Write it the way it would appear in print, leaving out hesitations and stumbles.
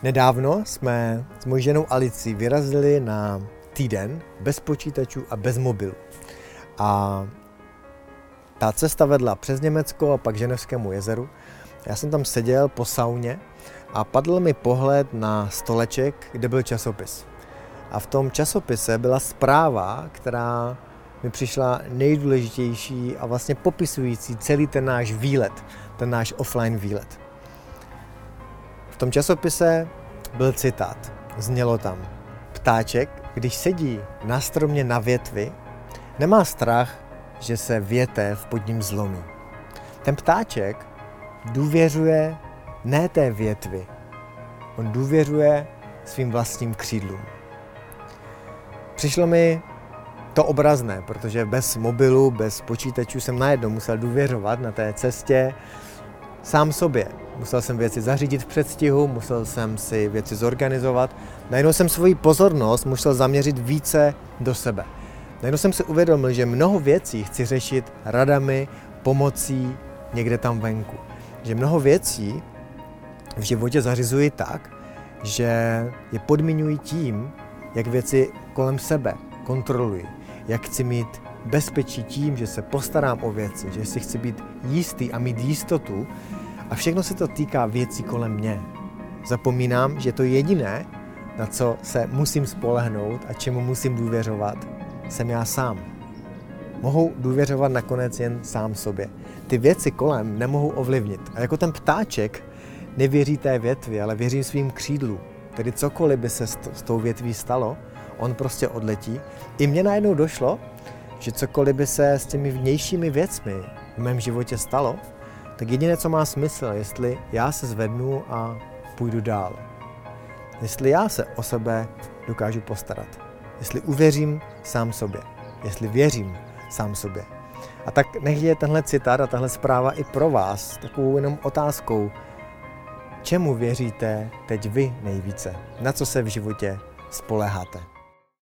Nedávno jsme s mojí ženou Alicí vyrazili na týden bez počítačů a bez mobilu. A ta cesta vedla přes Německo a pak Ženevskému jezeru. Já jsem tam seděl po sauně a padl mi pohled na stoleček, kde byl časopis. A v tom časopise byla zpráva, která mi přišla nejdůležitější a vlastně popisující celý ten náš výlet, ten náš offline výlet. V tom časopise byl citát. Znělo tam: ptáček, když sedí na stromě na větvi, nemá strach, že se větev pod ním zlomí. Ten ptáček důvěřuje ne té větvi, on důvěřuje svým vlastním křídlům. Přišlo mi to obrazné, protože bez mobilu, bez počítačů jsem najednou musel důvěřovat na té cestě sám sobě. Musel jsem věci zařídit v předstihu, musel jsem si věci zorganizovat. Najednou jsem svoji pozornost musel zaměřit více do sebe. Najednou jsem si uvědomil, že mnoho věcí chci řešit radami, pomocí někde tam venku. Že mnoho věcí v životě zařizuji tak, že je podmiňuji tím, jak věci kolem sebe kontroluji. Jak chci mít bezpečí tím, že se postarám o věci, že si chci být jistý a mít jistotu. A všechno se to týká věcí kolem mě. Zapomínám, že to jediné, na co se musím spolehnout a čemu musím důvěřovat, jsem já sám. Mohu důvěřovat nakonec jen sám sobě. Ty věci kolem nemohu ovlivnit. A jako ten ptáček nevěří té větvi, ale věří svým křídlům. Tedy cokoliv by se s tou větví stalo, on prostě odletí. I mně najednou došlo, že cokoliv by se s těmi vnějšími věcmi v mém životě stalo, tak jediné, co má smysl, jestli já se zvednu a půjdu dál. Jestli já se o sebe dokážu postarat. Jestli uvěřím sám sobě. Jestli věřím sám sobě. A tak nech je tenhle citát a tahle zpráva i pro vás takovou jenom otázkou. Čemu věříte teď vy nejvíce? Na co se v životě spoléháte?